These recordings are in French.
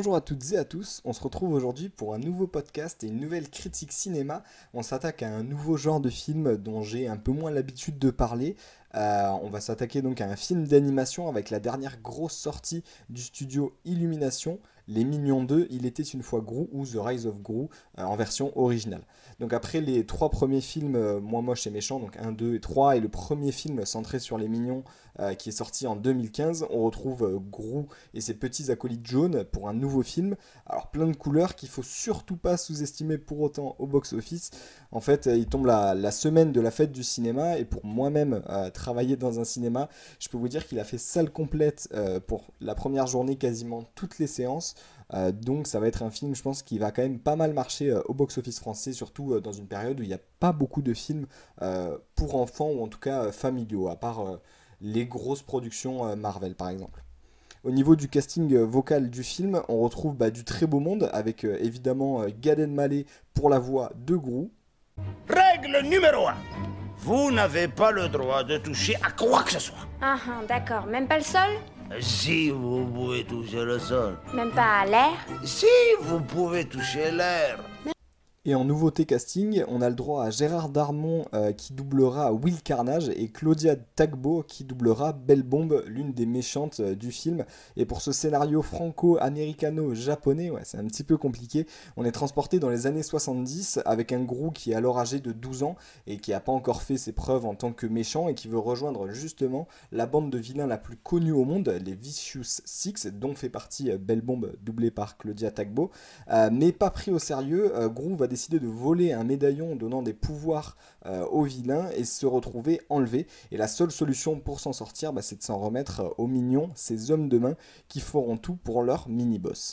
Bonjour à toutes et à tous, on se retrouve aujourd'hui pour un nouveau podcast et une nouvelle critique cinéma. On s'attaque à un nouveau genre de film dont j'ai un peu moins l'habitude de parler. On va s'attaquer donc à un film d'animation avec la dernière grosse sortie du studio Illumination, Les Mignons 2, Il était une fois Gru ou The Rise of Gru en version originale. Donc après les trois premiers films Moi moche et méchant, donc 1, 2 et 3, et le premier film centré sur les mignons qui est sorti en 2015, on retrouve Gru et ses petits acolytes jaunes pour un nouveau film. Alors plein de couleurs qu'il faut surtout pas sous-estimer pour autant au box-office. En fait, il tombe la semaine de la fête du cinéma et pour moi-même travailler dans un cinéma, je peux vous dire qu'il a fait salle complète pour la première journée, quasiment toutes les séances. Donc ça va être un film, je pense, qui va quand même pas mal marcher au box-office français, surtout dans une période où il n'y a pas beaucoup de films pour enfants ou en tout cas familiaux, à part les grosses productions Marvel par exemple. Au niveau du casting vocal du film, on retrouve du très beau monde avec évidemment Gad Elmaleh pour la voix de Gru. Règle numéro 1. Vous n'avez pas le droit de toucher à quoi que ce soit. Ah, d'accord. Même pas le sol? Si vous pouvez toucher le sol. Même pas l'air? Si vous pouvez toucher l'air. Et en nouveauté casting, on a le droit à Gérard Darmon qui doublera Will Carnage et Claudia Tagbo qui doublera Belle Bombe, l'une des méchantes du film. Et pour ce scénario franco-américano-japonais, ouais, c'est un petit peu compliqué. On est transporté dans les années 70 avec un Gru qui est alors âgé de 12 ans et qui n'a pas encore fait ses preuves en tant que méchant et qui veut rejoindre justement la bande de vilains la plus connue au monde, les Vicious Six, dont fait partie Belle Bombe doublée par Claudia Tagbo. Mais pas pris au sérieux, Gru va décider de voler un médaillon donnant des pouvoirs aux vilains et se retrouver enlevé. Et la seule solution pour s'en sortir, c'est de s'en remettre aux mignons, ces hommes de main qui feront tout pour leur mini-boss.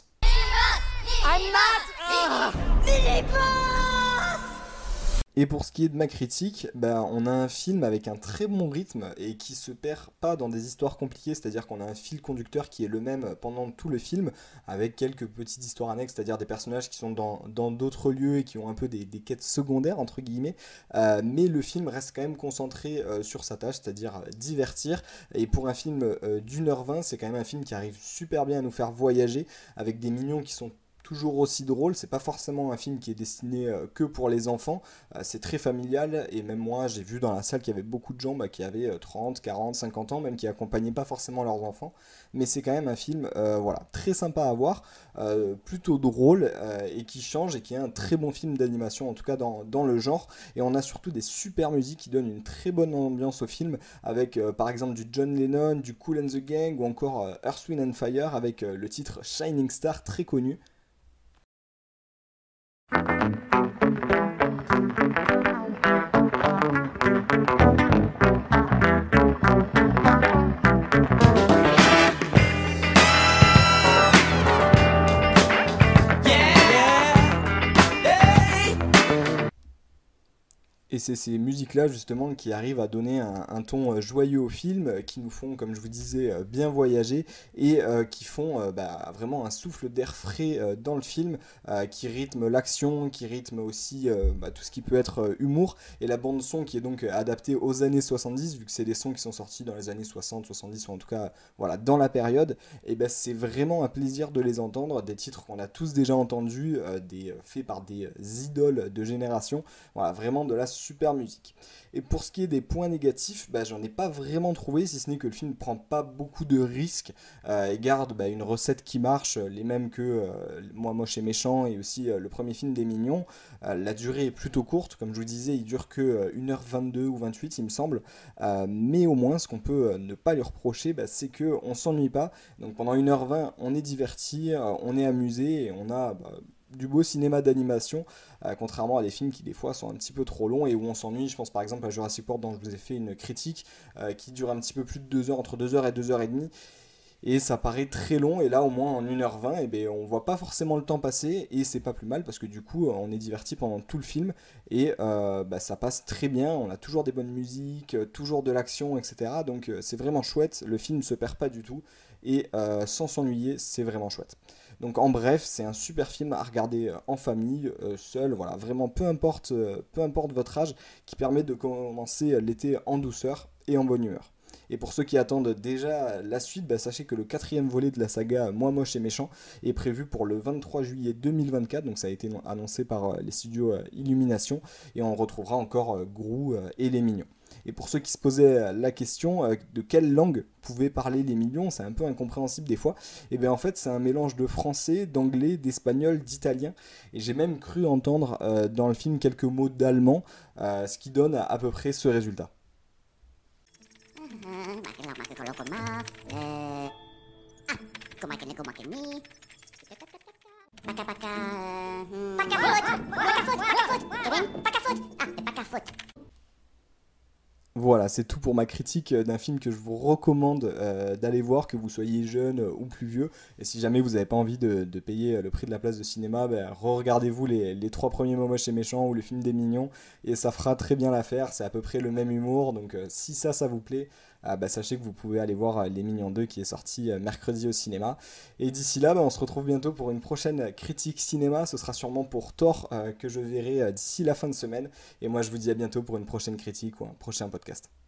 Et pour ce qui est de ma critique, on a un film avec un très bon rythme et qui se perd pas dans des histoires compliquées, c'est-à-dire qu'on a un fil conducteur qui est le même pendant tout le film, avec quelques petites histoires annexes, c'est-à-dire des personnages qui sont dans d'autres lieux et qui ont un peu des quêtes secondaires, entre guillemets, mais le film reste quand même concentré sur sa tâche, c'est-à-dire divertir, et pour un film d'1h20, c'est quand même un film qui arrive super bien à nous faire voyager, avec des mignons qui sont toujours aussi drôle, c'est pas forcément un film qui est destiné que pour les enfants, c'est très familial et même moi j'ai vu dans la salle qu'il y avait beaucoup de gens qui avaient 30, 40, 50 ans, même qui accompagnaient pas forcément leurs enfants, mais c'est quand même un film très sympa à voir, plutôt drôle et qui change et qui est un très bon film d'animation en tout cas dans le genre, et on a surtout des super musiques qui donnent une très bonne ambiance au film avec par exemple du John Lennon, du Kool and the Gang ou encore Earth, Wind and Fire avec le titre Shining Star très connu. Et c'est ces musiques-là justement qui arrivent à donner un ton joyeux au film, qui nous font, comme je vous disais, bien voyager et qui font vraiment un souffle d'air frais dans le film, qui rythme l'action, qui rythme aussi tout ce qui peut être humour. Et la bande son qui est donc adaptée aux années 70, vu que c'est des sons qui sont sortis dans les années 60, 70 ou en tout cas dans la période, et c'est vraiment un plaisir de les entendre, des titres qu'on a tous déjà entendus, faits par des idoles de génération, vraiment de la super musique. Et pour ce qui est des points négatifs, j'en ai pas vraiment trouvé, si ce n'est que le film prend pas beaucoup de risques et garde une recette qui marche, les mêmes que Moi moche et méchant et aussi le premier film des Mignons. La durée est plutôt courte, comme je vous disais, il dure que 1h22 ou 28 il me semble, mais au moins ce qu'on peut ne pas lui reprocher, c'est qu'on s'ennuie pas. Donc pendant 1h20 on est diverti, on est amusé et on a du beau cinéma d'animation, contrairement à des films qui des fois sont un petit peu trop longs et où on s'ennuie. Je pense par exemple à Jurassic World dont je vous ai fait une critique qui dure un petit peu plus de 2 heures, entre 2 heures et 2 heures et demie, et ça paraît très long, et là au moins en 1h20 on voit pas forcément le temps passer, et c'est pas plus mal parce que du coup on est diverti pendant tout le film et ça passe très bien, on a toujours des bonnes musiques, toujours de l'action, etc. Donc c'est vraiment chouette, le film se perd pas du tout et sans s'ennuyer, c'est vraiment chouette. Donc en bref, c'est un super film à regarder en famille, seul, vraiment peu importe votre âge, qui permet de commencer l'été en douceur et en bonne humeur. Et pour ceux qui attendent déjà la suite, sachez que le 4e volet de la saga Moi Moche et Méchant est prévu pour le 23 juillet 2024, donc ça a été annoncé par les studios Illumination, et on retrouvera encore Gru et les Mignons. Et pour ceux qui se posaient la question de quelle langue pouvaient parler les Mignons, c'est un peu incompréhensible des fois, et bien en fait c'est un mélange de français, d'anglais, d'espagnol, d'italien, et j'ai même cru entendre dans le film quelques mots d'allemand, ce qui donne à peu près ce résultat. Voilà, c'est tout pour ma critique d'un film que je vous recommande d'aller voir, que vous soyez jeune ou plus vieux. Et si jamais vous n'avez pas envie de payer le prix de la place de cinéma, re-regardez-vous les 3 premiers Moi Moche et Méchant ou le film des Mignons, et ça fera très bien l'affaire. C'est à peu près le même humour, donc si ça vous plaît, sachez que vous pouvez aller voir Les Mignons 2 qui est sorti mercredi au cinéma. Et d'ici là, on se retrouve bientôt pour une prochaine critique cinéma. Ce sera sûrement pour Thor que je verrai d'ici la fin de semaine. Et moi je vous dis à bientôt pour une prochaine critique ou un prochain podcast.